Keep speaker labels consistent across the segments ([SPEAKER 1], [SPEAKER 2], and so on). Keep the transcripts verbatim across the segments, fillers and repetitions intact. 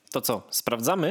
[SPEAKER 1] To co, sprawdzamy?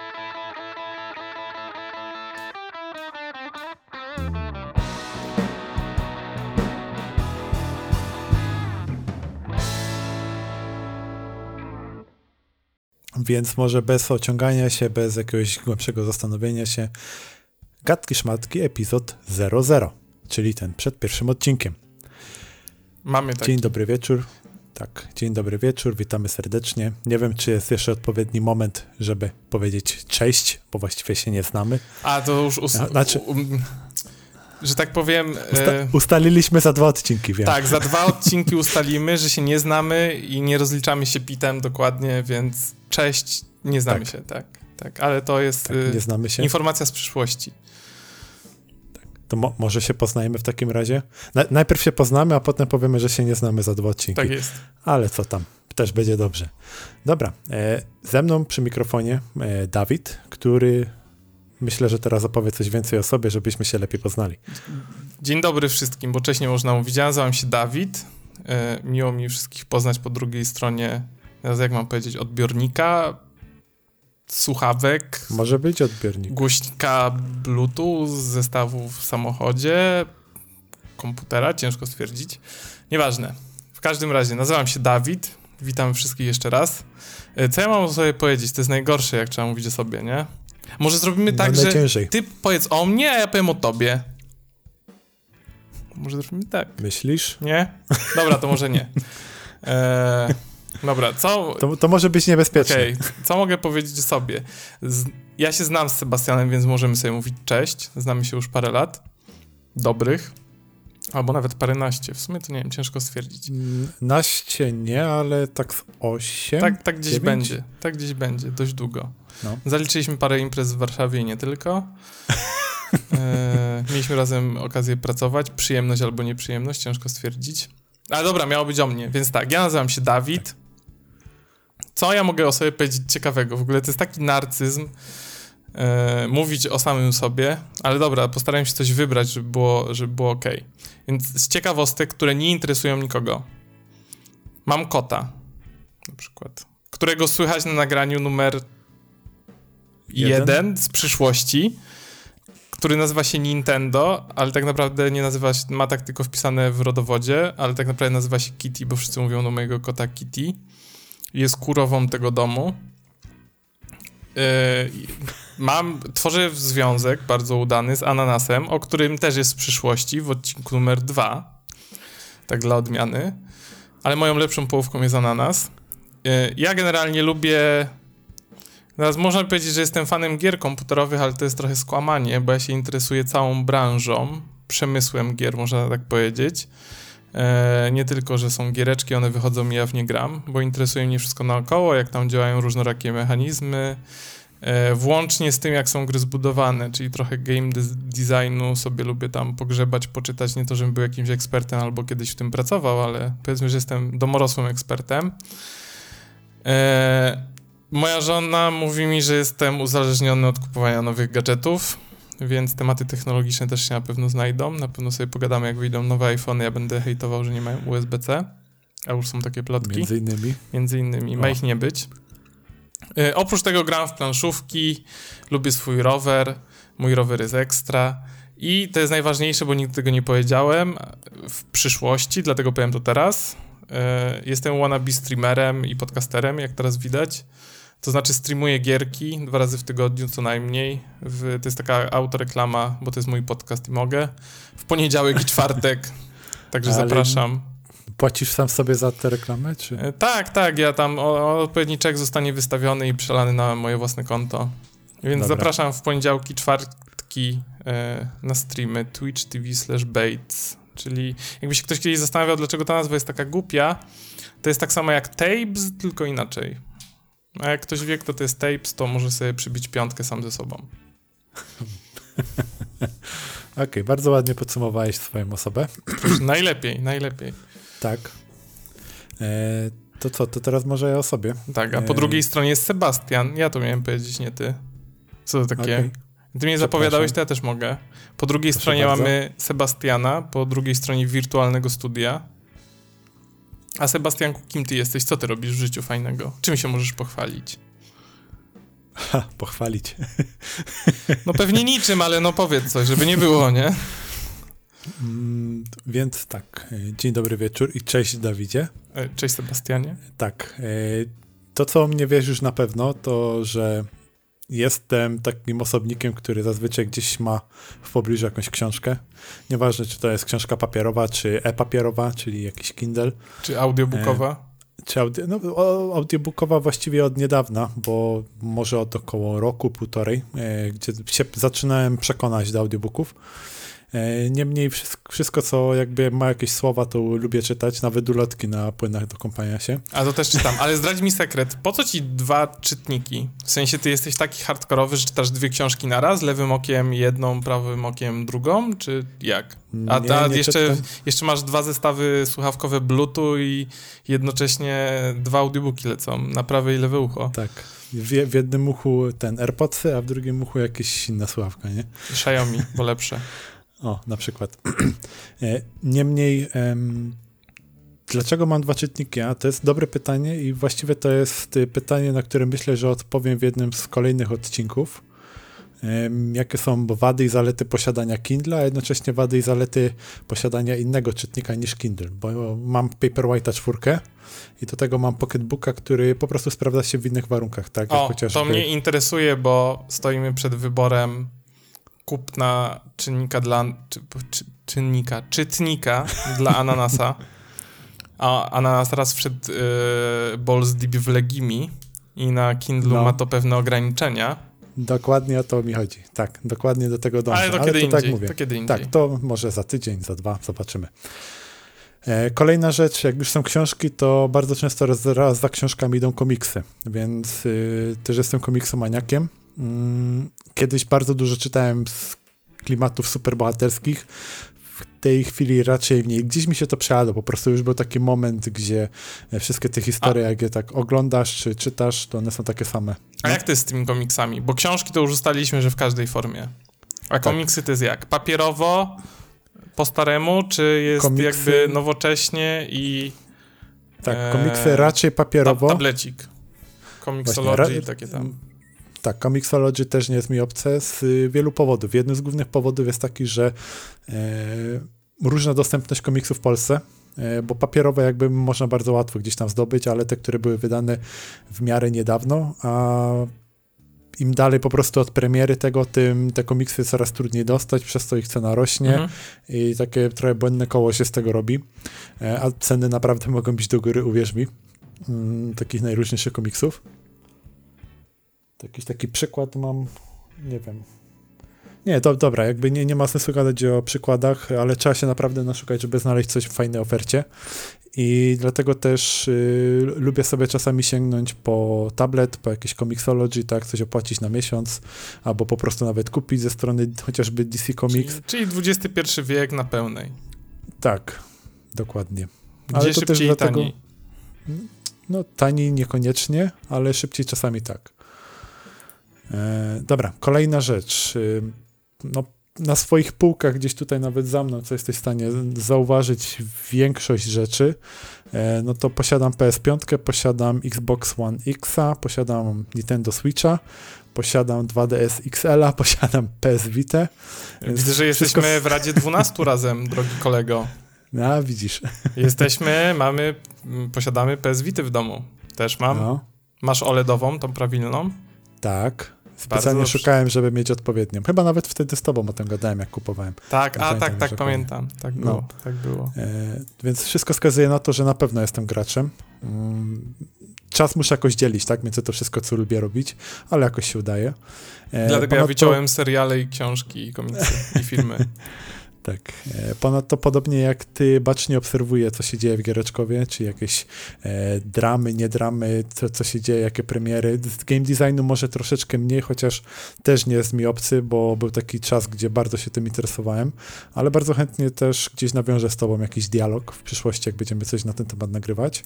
[SPEAKER 2] Więc może bez ociągania się, bez jakiegoś głębszego zastanowienia się, Gadki Szmatki epizod zero zero, czyli ten przed pierwszym odcinkiem.
[SPEAKER 3] Mamy taki.
[SPEAKER 2] Dzień dobry wieczór. Tak, dzień dobry wieczór, witamy serdecznie. Nie wiem, czy jest jeszcze odpowiedni moment, żeby powiedzieć cześć, bo właściwie się nie znamy.
[SPEAKER 3] A, to już... Us-
[SPEAKER 2] ja, znaczy,
[SPEAKER 3] um, że tak powiem...
[SPEAKER 2] Usta- ustaliliśmy za dwa odcinki, wiem.
[SPEAKER 3] Tak, za dwa odcinki ustalimy, że się nie znamy i nie rozliczamy się pitem dokładnie, więc cześć, nie znamy tak. się, tak. Tak, ale to jest
[SPEAKER 2] tak, nie znamy się.
[SPEAKER 3] Informacja z przyszłości.
[SPEAKER 2] Tak, to mo- może się poznajemy w takim razie? Na- najpierw się poznamy, a potem powiemy, że się nie znamy za dwa odcinki.
[SPEAKER 3] Tak jest.
[SPEAKER 2] Ale co tam, też będzie dobrze. Dobra, e, ze mną przy mikrofonie e, Dawid, który myślę, że teraz opowie coś więcej o sobie, żebyśmy się lepiej poznali.
[SPEAKER 3] Dzień dobry wszystkim, bo wcześniej można mówić. Ja nazywam się Dawid. E, miło mi wszystkich poznać po drugiej stronie, jak mam powiedzieć, odbiornika, słuchawek.
[SPEAKER 2] Może być odbiornik.
[SPEAKER 3] Głośnika Bluetooth, zestawu w samochodzie, komputera, ciężko stwierdzić. Nieważne. W każdym razie nazywam się Dawid. Witam wszystkich jeszcze raz. Co ja mam o sobie powiedzieć? To jest najgorsze, jak trzeba mówić o sobie, nie? Może zrobimy
[SPEAKER 2] no,
[SPEAKER 3] tak,
[SPEAKER 2] najciężej.
[SPEAKER 3] że ty powiedz o mnie, a ja powiem o tobie. Może zrobimy tak.
[SPEAKER 2] Myślisz?
[SPEAKER 3] Nie? Dobra, to może nie. Eee, dobra, co...
[SPEAKER 2] To, to może być niebezpieczne.
[SPEAKER 3] Okej, okay. Co mogę powiedzieć o sobie? Z... Ja się znam z Sebastianem, więc możemy sobie mówić cześć. Znamy się już parę lat. Dobrych. Albo nawet paręnaście. W sumie to nie wiem, ciężko stwierdzić.
[SPEAKER 2] Naście nie, ale tak z osiem?
[SPEAKER 3] Tak, tak gdzieś
[SPEAKER 2] dziewięć?
[SPEAKER 3] będzie. Tak gdzieś będzie, dość długo.
[SPEAKER 2] No.
[SPEAKER 3] Zaliczyliśmy parę imprez w Warszawie i nie tylko. e, mieliśmy razem okazję pracować. Przyjemność albo nieprzyjemność, ciężko stwierdzić. Ale dobra, miało być o mnie. Więc tak, ja nazywam się Dawid. Tak. Co ja mogę o sobie powiedzieć ciekawego? W ogóle to jest taki narcyzm, e, mówić o samym sobie, ale dobra, postarałem się coś wybrać, żeby było, żeby było okej. Okay. Więc z ciekawostek, które nie interesują nikogo. Mam kota, na przykład, którego słychać na nagraniu numer jeden, jeden z przyszłości, który nazywa się Nintendo, ale tak naprawdę nie nazywa się, ma tak tylko wpisane w rodowodzie, ale tak naprawdę nazywa się Kitty, bo wszyscy mówią do mojego kota Kitty. Jest kurową tego domu. Yy, mam, tworzę związek bardzo udany z Ananasem, o którym też jest w przyszłości, w odcinku numer dwa. Tak dla odmiany. Ale moją lepszą połówką jest Ananas. Yy, ja generalnie lubię... Teraz można powiedzieć, że jestem fanem gier komputerowych, ale to jest trochę skłamanie, bo ja się interesuję całą branżą, przemysłem gier, można tak powiedzieć. E, nie tylko, że są giereczki, one wychodzą i ja w nie gram, bo interesuje mnie wszystko naokoło, jak tam działają różnorakie mechanizmy, e, włącznie z tym, jak są gry zbudowane, czyli trochę game designu sobie lubię tam pogrzebać, poczytać, nie to, żebym był jakimś ekspertem albo kiedyś w tym pracował, ale powiedzmy, że jestem domorosłym ekspertem. E, moja żona mówi mi, że jestem uzależniony od kupowania nowych gadżetów, więc tematy technologiczne też się na pewno znajdą. Na pewno sobie pogadamy, jak wyjdą nowe iPhony. Ja będę hejtował, że nie mają U S B C, a już są takie plotki.
[SPEAKER 2] Między innymi.
[SPEAKER 3] Między innymi. Ma ich nie być. Yy, oprócz tego gram w planszówki, lubię swój rower. Mój rower jest ekstra. I to jest najważniejsze, bo nigdy tego nie powiedziałem w przyszłości, dlatego powiem to teraz. Yy, jestem wannabe streamerem i podcasterem, jak teraz widać. To znaczy streamuję gierki dwa razy w tygodniu co najmniej. W, to jest taka autoreklama, bo to jest mój podcast i mogę. W poniedziałek i czwartek. Także ale zapraszam.
[SPEAKER 2] Płacisz sam sobie za tę reklamę, czy?
[SPEAKER 3] E, tak, tak. Ja tam o, o, odpowiedni czek zostanie wystawiony i przelany na moje własne konto. Więc Dobra. Zapraszam w poniedziałki, czwartki e, na streamy Twitch T V slash Bates. Czyli jakby się ktoś kiedyś zastanawiał, dlaczego ta nazwa jest taka głupia, to jest tak samo jak Tapes, tylko inaczej. A jak ktoś wie, kto to jest Tapes, to może sobie przybić piątkę sam ze sobą.
[SPEAKER 2] Okej, okay, bardzo ładnie podsumowałeś swoją osobę.
[SPEAKER 3] Proszę, najlepiej, najlepiej.
[SPEAKER 2] Tak. E, to co, to teraz może o sobie.
[SPEAKER 3] Tak, a po e... drugiej stronie jest Sebastian. Ja to miałem powiedzieć, nie ty. Co to takie? Okay. Ty mnie zapowiadałeś, to ja też mogę. Po drugiej Proszę stronie bardzo. Mamy Sebastiana, po drugiej stronie wirtualnego studia. A Sebastianku, kim ty jesteś? Co ty robisz w życiu fajnego? Czym się możesz pochwalić?
[SPEAKER 2] Ha, pochwalić.
[SPEAKER 3] No pewnie niczym, ale no powiedz coś, żeby nie było, nie?
[SPEAKER 2] Mm, więc tak, dzień dobry wieczór i cześć Dawidzie.
[SPEAKER 3] Cześć Sebastianie.
[SPEAKER 2] Tak, to co o mnie wiesz już na pewno, to że jestem takim osobnikiem, który zazwyczaj gdzieś ma w pobliżu jakąś książkę. Nieważne, czy to jest książka papierowa, czy e-papierowa, czyli jakiś Kindle.
[SPEAKER 3] Czy audiobookowa?
[SPEAKER 2] E, czy audio, no, audiobookowa właściwie od niedawna, bo może od około roku, półtorej, e, gdzie się zaczynałem przekonać do audiobooków. Niemniej wszystko, wszystko, co jakby ma jakieś słowa, to lubię czytać, nawet ulotki na płynach do kąpania się.
[SPEAKER 3] A to też czytam, ale zdradź mi sekret, po co ci dwa czytniki? W sensie ty jesteś taki hardkorowy, że czytasz dwie książki na raz, lewym okiem jedną, prawym okiem drugą, czy jak? A,
[SPEAKER 2] nie,
[SPEAKER 3] a
[SPEAKER 2] nie
[SPEAKER 3] jeszcze, jeszcze masz dwa zestawy słuchawkowe Bluetooth i jednocześnie dwa audiobooki lecą na prawe i lewe ucho.
[SPEAKER 2] Tak. W, w jednym uchu ten AirPodsy, a w drugim uchu jakieś inna słuchawka, nie?
[SPEAKER 3] Xiaomi, bo lepsze.
[SPEAKER 2] O, na przykład. Niemniej, em, dlaczego mam dwa czytniki? A to jest dobre pytanie i właściwie to jest pytanie, na które myślę, że odpowiem w jednym z kolejnych odcinków. Em, jakie są wady i zalety posiadania Kindle, a jednocześnie wady i zalety posiadania innego czytnika niż Kindle, bo mam Paperwhite'a czwórkę i do tego mam Pocketbooka, który po prostu sprawdza się w innych warunkach. Tak?
[SPEAKER 3] O,
[SPEAKER 2] chociażby...
[SPEAKER 3] to mnie interesuje, bo stoimy przed wyborem kupna czynnika dla czy, czy, czynnika, czytnika dla Ananasa. A Ananas raz wszedł yy, Balls Deep w Legimi i na Kindle
[SPEAKER 2] no.
[SPEAKER 3] ma to pewne ograniczenia.
[SPEAKER 2] Dokładnie o to mi chodzi. Tak, dokładnie do tego dążę.
[SPEAKER 3] Ale to
[SPEAKER 2] Ale
[SPEAKER 3] kiedy
[SPEAKER 2] to
[SPEAKER 3] indziej.
[SPEAKER 2] Tak mówię.
[SPEAKER 3] To kiedy indziej.
[SPEAKER 2] Tak, to może za tydzień, za dwa, zobaczymy. E, kolejna rzecz, jak już są książki, to bardzo często raz, raz za książkami idą komiksy, więc y, też jestem komiksomaniakiem. Mm, kiedyś bardzo dużo czytałem z klimatów superbohaterskich. W tej chwili raczej mniej. Gdzieś mi się to przejadło. Po prostu już był taki moment, gdzie wszystkie te historie, A. jak je tak oglądasz czy czytasz, to one są takie same.
[SPEAKER 3] A jak to jest z tymi komiksami? Bo książki to już ustaliliśmy, że w każdej formie. A tak. Komiksy to jest jak? Papierowo, po staremu, czy jest komiksy... jakby nowocześnie i...
[SPEAKER 2] Tak, komiksy e... raczej papierowo.
[SPEAKER 3] Tablecik. Comixology i takie tam.
[SPEAKER 2] Tak, Comixology też nie jest mi obce z wielu powodów. Jednym z głównych powodów jest taki, że e, różna dostępność komiksów w Polsce, e, bo papierowe jakby można bardzo łatwo gdzieś tam zdobyć, ale te, które były wydane w miarę niedawno, a im dalej po prostu od premiery tego, tym te komiksy coraz trudniej dostać, przez co ich cena rośnie mhm. i takie trochę błędne koło się z tego robi, e, a ceny naprawdę mogą być do góry, uwierz mi, mm, takich najróżniejszych komiksów. Jakiś taki przykład mam, nie wiem. Nie, do, dobra, jakby nie, nie ma sensu gadać o przykładach, ale trzeba się naprawdę naszukać, żeby znaleźć coś w fajnej ofercie i dlatego też y, lubię sobie czasami sięgnąć po tablet, po jakieś Comixology, tak, coś opłacić na miesiąc, albo po prostu nawet kupić ze strony chociażby D C Comics.
[SPEAKER 3] Czyli, czyli dwudziesty pierwszy wiek na pełnej.
[SPEAKER 2] Tak, dokładnie.
[SPEAKER 3] Gdzie ale to szybciej też dlatego, taniej?
[SPEAKER 2] No taniej niekoniecznie, ale szybciej czasami tak. E, dobra, kolejna rzecz. E, no, na swoich półkach, gdzieś tutaj nawet za mną, co jesteś w stanie zauważyć większość rzeczy, e, no to posiadam P S pięć, posiadam Xbox One X-a, posiadam Nintendo Switcha, posiadam dwa D S X L-a, posiadam P S Vita.
[SPEAKER 3] Widzę, że jesteśmy wszystko... w Radzie dwunastu razem, drogi kolego.
[SPEAKER 2] A, widzisz.
[SPEAKER 3] Jesteśmy, mamy, posiadamy P S Vita w domu. Też mam. No. Masz O L E D ową, tą prawilną?
[SPEAKER 2] Tak. Specjalnie szukałem, żeby mieć odpowiednią. Chyba nawet wtedy z tobą o tym gadałem, jak kupowałem.
[SPEAKER 3] Tak, a tak, tak, pamiętam. Tak było, no. tak było.
[SPEAKER 2] E, więc wszystko wskazuje na to, że na pewno jestem graczem. Mm, czas muszę jakoś dzielić, tak, między to wszystko, co lubię robić, ale jakoś się udaje.
[SPEAKER 3] E, Dlatego ja wyciąłem to... seriale i książki, i komiksy, i filmy.
[SPEAKER 2] Tak. Ponadto podobnie jak ty bacznie obserwuję, co się dzieje w Giereczkowie, czy jakieś e, dramy, nie dramy, co, co się dzieje, jakie premiery. Z game designu może troszeczkę mniej, chociaż też nie jest mi obcy, bo był taki czas, gdzie bardzo się tym interesowałem, ale bardzo chętnie też gdzieś nawiążę z tobą jakiś dialog w przyszłości, jak będziemy coś na ten temat nagrywać.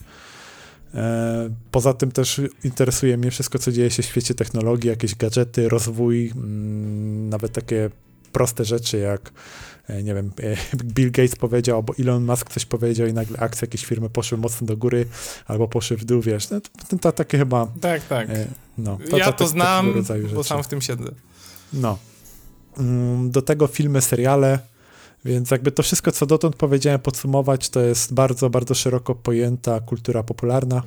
[SPEAKER 2] E, poza tym też interesuje mnie wszystko, co dzieje się w świecie technologii, jakieś gadżety, rozwój, mm, nawet takie proste rzeczy jak nie wiem, Bill Gates powiedział, albo Elon Musk coś powiedział i nagle akcje jakiejś firmy poszły mocno do góry, albo poszły w dół, wiesz, no, to, to takie chyba...
[SPEAKER 3] Tak, tak.
[SPEAKER 2] No, to,
[SPEAKER 3] ja
[SPEAKER 2] to,
[SPEAKER 3] to,
[SPEAKER 2] to
[SPEAKER 3] znam, bo
[SPEAKER 2] rzeczy.
[SPEAKER 3] sam w tym siedzę.
[SPEAKER 2] No. Do tego filmy, seriale, więc jakby to wszystko, co dotąd powiedziałem, podsumować, to jest bardzo, bardzo szeroko pojęta kultura popularna.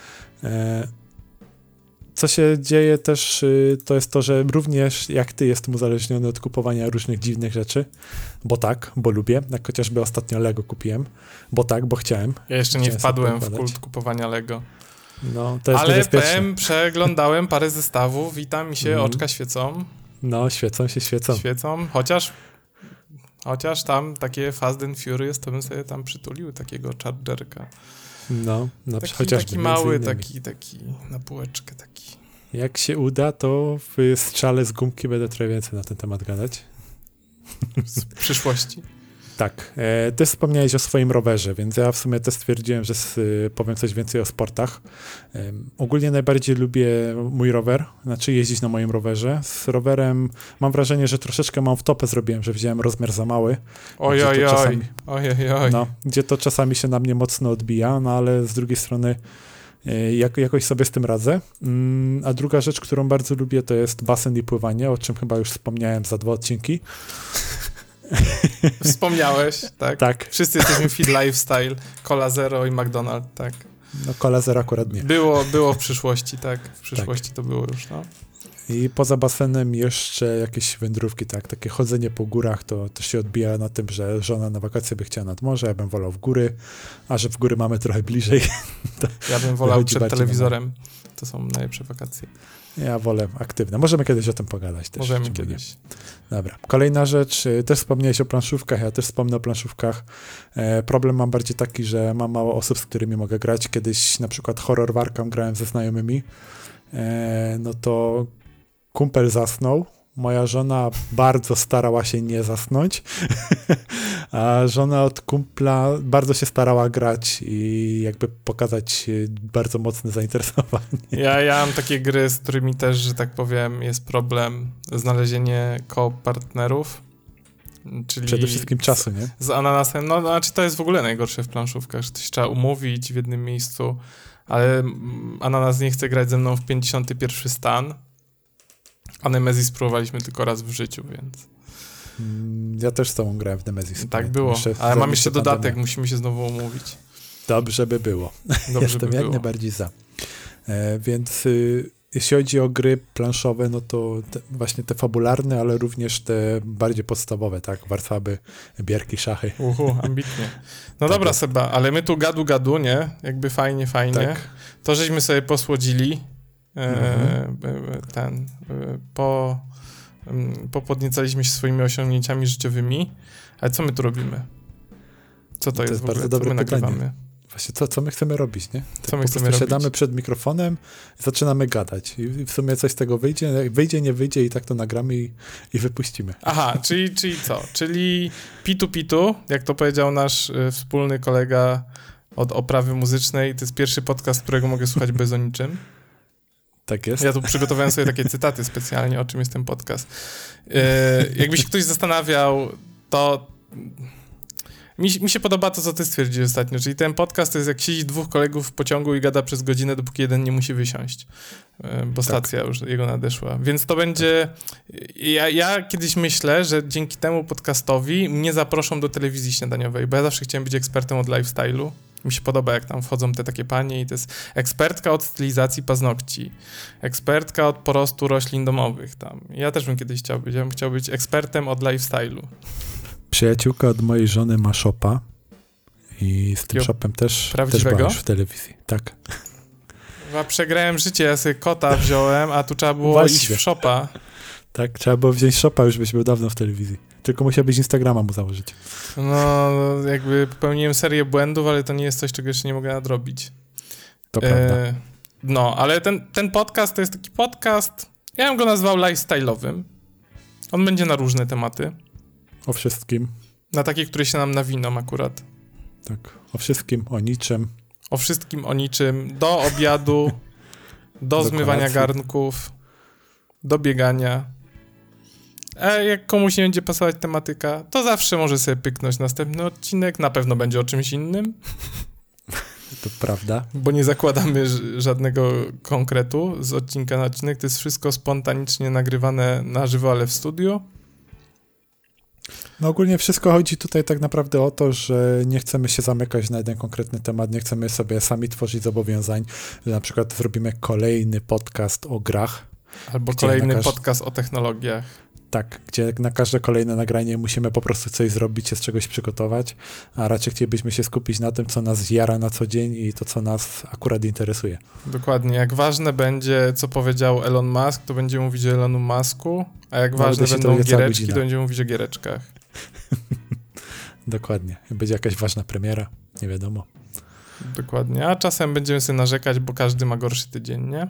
[SPEAKER 2] Co się dzieje też, to jest to, że również jak ty jestem uzależniony od kupowania różnych dziwnych rzeczy, bo tak, bo lubię, jak chociażby ostatnio Lego kupiłem, bo tak, bo chciałem.
[SPEAKER 3] Ja jeszcze nie
[SPEAKER 2] chciałem
[SPEAKER 3] wpadłem w kult kupowania Lego.
[SPEAKER 2] No, to jest
[SPEAKER 3] Ale
[SPEAKER 2] niebezpieczne.
[SPEAKER 3] powiem, przeglądałem parę zestawów i tam mi się
[SPEAKER 2] mm.
[SPEAKER 3] oczka świecą.
[SPEAKER 2] No, świecą się, świecą.
[SPEAKER 3] Świecą, chociaż chociaż tam takie Fast and Furious, to bym sobie tam przytulił takiego chargerka.
[SPEAKER 2] No, no
[SPEAKER 3] taki,
[SPEAKER 2] chociażby.
[SPEAKER 3] Taki mały, taki, taki na półeczkę, taki.
[SPEAKER 2] Jak się uda, to w strzale z gumki będę trochę więcej na ten temat gadać.
[SPEAKER 3] Z przyszłości.
[SPEAKER 2] Tak. E, ty wspomniałeś o swoim rowerze, więc ja w sumie też stwierdziłem, że s, powiem coś więcej o sportach. E, ogólnie najbardziej lubię mój rower, znaczy jeździć na moim rowerze. Z rowerem mam wrażenie, że troszeczkę mam wtopę zrobiłem, że wziąłem rozmiar za mały.
[SPEAKER 3] Oj, oj, oj. oj, oj, oj.
[SPEAKER 2] No, gdzie to czasami się na mnie mocno odbija, no ale z drugiej strony Jak, jakoś sobie z tym radzę. A druga rzecz, którą bardzo lubię, to jest basen i pływanie, o czym chyba już wspomniałem za dwa odcinki.
[SPEAKER 3] Wspomniałeś, tak?
[SPEAKER 2] Tak.
[SPEAKER 3] Wszyscy jesteśmy fit lifestyle, Cola Zero i McDonald's, tak.
[SPEAKER 2] No Cola Zero akurat nie.
[SPEAKER 3] Było, było w przyszłości, tak. W przyszłości tak. To było już, no.
[SPEAKER 2] I poza basenem jeszcze jakieś wędrówki, tak, takie chodzenie po górach, to też się odbija na tym, że żona na wakacje by chciała nad morze, ja bym wolał w góry, a że w góry mamy trochę bliżej.
[SPEAKER 3] Ja bym wolał przed telewizorem. To są najlepsze wakacje.
[SPEAKER 2] Ja wolę aktywne. Możemy kiedyś o tym pogadać też.
[SPEAKER 3] Możemy kiedyś. Nie?
[SPEAKER 2] Dobra. Kolejna rzecz, też wspomniałeś o planszówkach, ja też wspomnę o planszówkach. E, problem mam bardziej taki, że mam mało osób, z którymi mogę grać. Kiedyś na przykład Horror Warcam grałem ze znajomymi, e, no to kumpel zasnął, moja żona bardzo starała się nie zasnąć, a żona od kumpla bardzo się starała grać i jakby pokazać bardzo mocne zainteresowanie.
[SPEAKER 3] Ja, ja mam takie gry, z którymi też, że tak powiem, jest problem znalezienie co-partnerów. Czyli
[SPEAKER 2] przede wszystkim czasu, nie?
[SPEAKER 3] Z, z ananasem, no znaczy to jest w ogóle najgorsze w planszówkach, że to się trzeba umówić w jednym miejscu, ale ananas nie chce grać ze mną w pięćdziesiąty pierwszy stan. A Nemesis spróbowaliśmy tylko raz w życiu, więc...
[SPEAKER 2] Ja też z tobą grałem w Nemesis.
[SPEAKER 3] Tak było, ale mam jeszcze dodatek, pandemię. Musimy się znowu umówić.
[SPEAKER 2] Dobrze by było.
[SPEAKER 3] Dobrze
[SPEAKER 2] Jestem
[SPEAKER 3] by
[SPEAKER 2] jak
[SPEAKER 3] było.
[SPEAKER 2] najbardziej za. E, więc y, jeśli chodzi o gry planszowe, no to te, właśnie te fabularne, ale również te bardziej podstawowe, tak? Warcaby, bierki, szachy.
[SPEAKER 3] Uhu, ambitnie. No
[SPEAKER 2] tak
[SPEAKER 3] dobra,
[SPEAKER 2] jest.
[SPEAKER 3] Seba, ale my tu gadu gadu, nie? Jakby fajnie, fajnie.
[SPEAKER 2] Tak.
[SPEAKER 3] To żeśmy sobie posłodzili. Mhm. Ten, po, popodniecaliśmy się swoimi osiągnięciami życiowymi, ale co my tu robimy? Co to,
[SPEAKER 2] to
[SPEAKER 3] jest,
[SPEAKER 2] jest
[SPEAKER 3] w ogóle?
[SPEAKER 2] bardzo dobre
[SPEAKER 3] co my
[SPEAKER 2] pytanie.
[SPEAKER 3] nagrywamy?
[SPEAKER 2] Właśnie co, co my chcemy robić, nie? Tak
[SPEAKER 3] co my
[SPEAKER 2] po
[SPEAKER 3] chcemy
[SPEAKER 2] prostu
[SPEAKER 3] robić?
[SPEAKER 2] siadamy przed mikrofonem, zaczynamy gadać i w sumie coś z tego wyjdzie, jak wyjdzie, nie wyjdzie i tak to nagramy i, i wypuścimy.
[SPEAKER 3] Aha, czyli, czyli co? Czyli pitu pitu, jak to powiedział nasz y, wspólny kolega od oprawy muzycznej, to jest pierwszy podcast, którego mogę słuchać bez o niczym.
[SPEAKER 2] Tak jest.
[SPEAKER 3] Ja tu przygotowałem sobie takie cytaty specjalnie, o czym jest ten podcast. Yy, jakby się ktoś zastanawiał, to mi, mi się podoba to, co ty stwierdziłeś ostatnio, czyli ten podcast to jest jak siedzi dwóch kolegów w pociągu i gada przez godzinę, dopóki jeden nie musi wysiąść, yy, bo stacja tak. już jego nadeszła. Więc to będzie... Ja, ja kiedyś myślę, że dzięki temu podcastowi mnie zaproszą do telewizji śniadaniowej, bo ja zawsze chciałem być ekspertem od lifestyle'u. Mi się podoba, jak tam wchodzą te takie panie i to jest ekspertka od stylizacji paznokci, ekspertka od porostu roślin domowych tam. Ja też bym kiedyś chciał być, ja bym chciał być ekspertem od lifestyle'u.
[SPEAKER 2] Przyjaciółka od mojej żony ma shopa i z tym
[SPEAKER 3] Takiego
[SPEAKER 2] shopem też, też
[SPEAKER 3] prawdziwego?
[SPEAKER 2] była już w telewizji. Tak.
[SPEAKER 3] Ja przegrałem życie, ja sobie kota wziąłem, a tu trzeba było
[SPEAKER 2] Właśnie.
[SPEAKER 3] iść w shopa.
[SPEAKER 2] Tak, trzeba było wziąć shopa, już byś był dawno w telewizji. Tylko musiałbyś Instagrama mu założyć.
[SPEAKER 3] No, jakby popełniłem serię błędów, ale to nie jest coś, czego jeszcze nie mogę nadrobić.
[SPEAKER 2] To e, prawda.
[SPEAKER 3] No, ale ten, ten podcast to jest taki podcast, ja bym go nazwał lifestyle'owym. On będzie na różne tematy.
[SPEAKER 2] O wszystkim.
[SPEAKER 3] Na takie, które się nam nawiną akurat.
[SPEAKER 2] Tak, o wszystkim, o niczym.
[SPEAKER 3] O wszystkim, o niczym. Do obiadu, do, do zmywania kolacji. Garnków, do biegania. A jak komuś nie będzie pasować tematyka, to zawsze może sobie pyknąć następny odcinek, na pewno będzie o czymś innym.
[SPEAKER 2] To prawda.
[SPEAKER 3] Bo nie zakładamy ż- żadnego konkretu z odcinka na odcinek, to jest wszystko spontanicznie nagrywane na żywo, ale w studiu.
[SPEAKER 2] No ogólnie wszystko chodzi tutaj tak naprawdę o to, że nie chcemy się zamykać na jeden konkretny temat, nie chcemy sobie sami tworzyć zobowiązań, że na przykład zrobimy kolejny podcast o grach.
[SPEAKER 3] Albo kolejny każ... podcast o technologiach.
[SPEAKER 2] Tak, gdzie na każde kolejne nagranie musimy po prostu coś zrobić, się z czegoś przygotować, a raczej chcielibyśmy się skupić na tym, co nas jara na co dzień i to, co nas akurat interesuje.
[SPEAKER 3] Dokładnie. Jak ważne będzie, co powiedział Elon Musk, to będziemy mówić o Elonu Musku, a jak no, ważne będą giereczki, to będziemy mówić o giereczkach.
[SPEAKER 2] Dokładnie. Będzie jakaś ważna premiera, nie wiadomo.
[SPEAKER 3] Dokładnie. A czasem będziemy sobie narzekać, bo każdy ma gorszy tydzień, nie?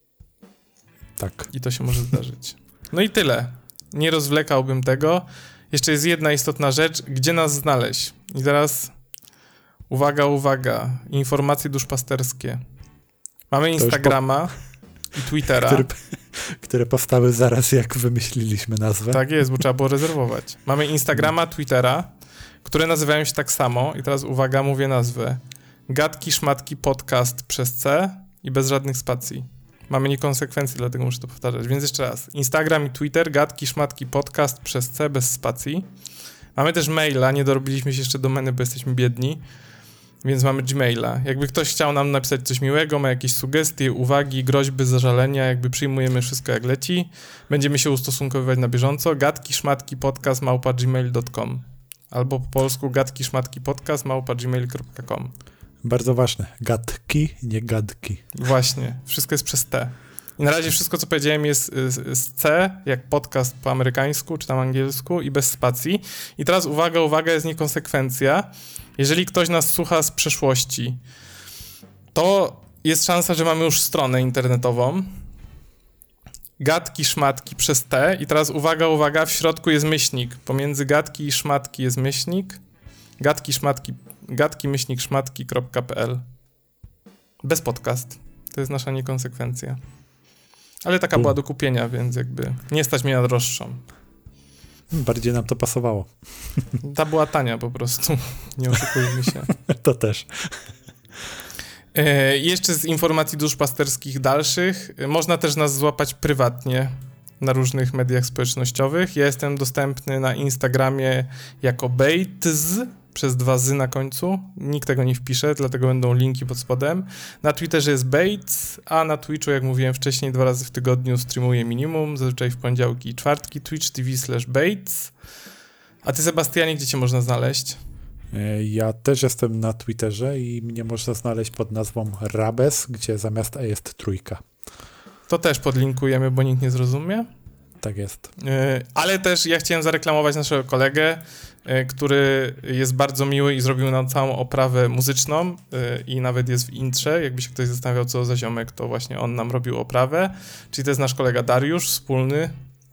[SPEAKER 2] Tak.
[SPEAKER 3] I to się może zdarzyć. No i tyle. Nie rozwlekałbym tego. Jeszcze jest jedna istotna rzecz, gdzie nas znaleźć. I teraz uwaga, uwaga. Informacje duszpasterskie. Mamy Instagrama po... i Twittera.
[SPEAKER 2] Które, które powstały zaraz, jak wymyśliliśmy nazwę.
[SPEAKER 3] Tak jest, bo trzeba było rezerwować. Mamy Instagrama, Twittera, które nazywają się tak samo. I teraz uwaga, mówię nazwę. Gadki, szmatki, podcast przez C i bez żadnych spacji. Mamy niekonsekwencje, dlatego muszę to powtarzać. Więc jeszcze raz. Instagram i Twitter, gadki, szmatki, podcast przez C, bez spacji. Mamy też maila, nie dorobiliśmy się jeszcze domeny, bo jesteśmy biedni, więc mamy Gmaila. Jakby ktoś chciał nam napisać coś miłego, ma jakieś sugestie, uwagi, groźby, zażalenia, jakby przyjmujemy wszystko jak leci. Będziemy się ustosunkowywać na bieżąco. Gadki, szmatki, podcast małpa gmail kropka com albo po polsku gadki, szmatki, podcast małpa gmail kropka com.
[SPEAKER 2] Bardzo ważne. Gadki, nie gadki.
[SPEAKER 3] Właśnie. Wszystko jest przez T. I na razie wszystko, co powiedziałem, jest z, z C, jak podcast po amerykańsku, czy tam angielsku i bez spacji. I teraz uwaga, uwaga, jest niekonsekwencja. Jeżeli ktoś nas słucha z przeszłości, to jest szansa, że mamy już stronę internetową. Gadki, szmatki przez T. I teraz uwaga, uwaga, w środku jest myślnik. Pomiędzy gadki i szmatki jest myślnik. Gadki, szmatki gadki myślnik szmatki kropka p l. Bez podcast. To jest nasza niekonsekwencja. Ale taka była do kupienia, więc jakby nie stać mnie na droższą.
[SPEAKER 2] Bardziej nam to pasowało.
[SPEAKER 3] Ta była tania po prostu. Nie oszukujmy się.
[SPEAKER 2] To też.
[SPEAKER 3] E, jeszcze z informacji duszpasterskich dalszych. Można też nas złapać prywatnie na różnych mediach społecznościowych. Ja jestem dostępny na Instagramie jako Bejtz, przez dwa z na końcu. Nikt tego nie wpisze, dlatego będą linki pod spodem. Na Twitterze jest Bejtz, a na Twitchu, jak mówiłem wcześniej, dwa razy w tygodniu streamuję minimum, zazwyczaj w poniedziałki i czwartki, twitch kropka tv slash Bejtz. A ty, Sebastianie, gdzie cię można znaleźć?
[SPEAKER 2] Ja też jestem na Twitterze i mnie można znaleźć pod nazwą Rabes, gdzie zamiast E jest trójka.
[SPEAKER 3] To też podlinkujemy, bo nikt nie zrozumie.
[SPEAKER 2] Tak jest.
[SPEAKER 3] Ale też ja chciałem zareklamować naszego kolegę, który jest bardzo miły i zrobił nam całą oprawę muzyczną i nawet jest w intrze. Jakby się ktoś zastanawiał, co za ziomek, to właśnie on nam robił oprawę. Czyli to jest nasz kolega Dariusz, wspólny.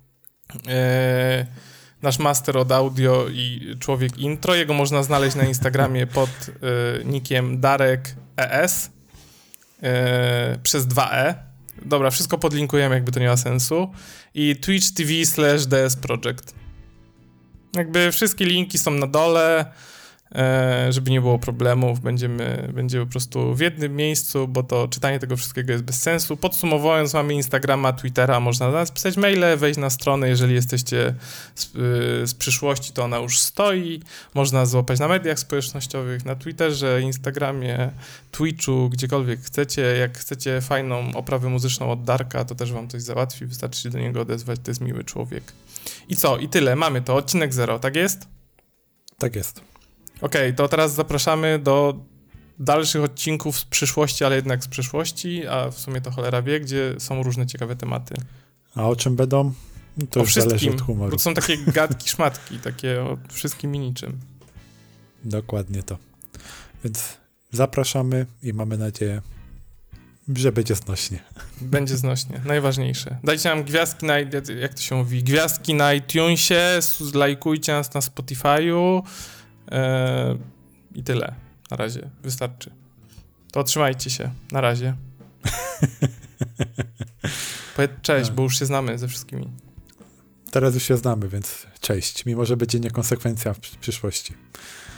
[SPEAKER 3] Nasz master od audio i człowiek intro. Jego można znaleźć na Instagramie pod nickiem Darek E S przez dwa E. Dobra, wszystko podlinkujemy, jakby to nie ma sensu. I twitch kropka tv slash ds project. Jakby wszystkie linki są na dole, e, żeby nie było problemów. Będziemy, będzie po prostu w jednym miejscu, bo to czytanie tego wszystkiego jest bez sensu. Podsumowując, mamy Instagrama, Twittera, można do nas pisać maile, wejść na stronę, jeżeli jesteście z, y, z przyszłości, to ona już stoi. Można złapać na mediach społecznościowych, na Twitterze, Instagramie, Twitchu, gdziekolwiek chcecie. Jak chcecie fajną oprawę muzyczną od Darka, to też wam coś załatwi, wystarczy się do niego odezwać, to jest miły człowiek. I co? I tyle, mamy to, odcinek zero, tak jest?
[SPEAKER 2] Tak jest.
[SPEAKER 3] Okej, okay, to teraz zapraszamy do dalszych odcinków z przyszłości, ale jednak z przyszłości, a w sumie to cholera wie, gdzie są różne ciekawe tematy.
[SPEAKER 2] A o czym będą? To
[SPEAKER 3] o
[SPEAKER 2] już zależy od humoru.
[SPEAKER 3] Bo to są takie gadki, szmatki, takie o wszystkim i niczym.
[SPEAKER 2] Dokładnie to. Więc zapraszamy i mamy nadzieję, że będzie znośnie.
[SPEAKER 3] Będzie znośnie, najważniejsze. Dajcie nam gwiazdki na, jak to się mówi, gwiazdki na iTunesie, lajkujcie nas na Spotify'u yy, i tyle. Na razie, wystarczy. To trzymajcie się, na razie. Powiedz cześć, bo już się znamy ze wszystkimi.
[SPEAKER 2] teraz już się znamy, więc cześć. Mimo, że będzie niekonsekwencja w przyszłości.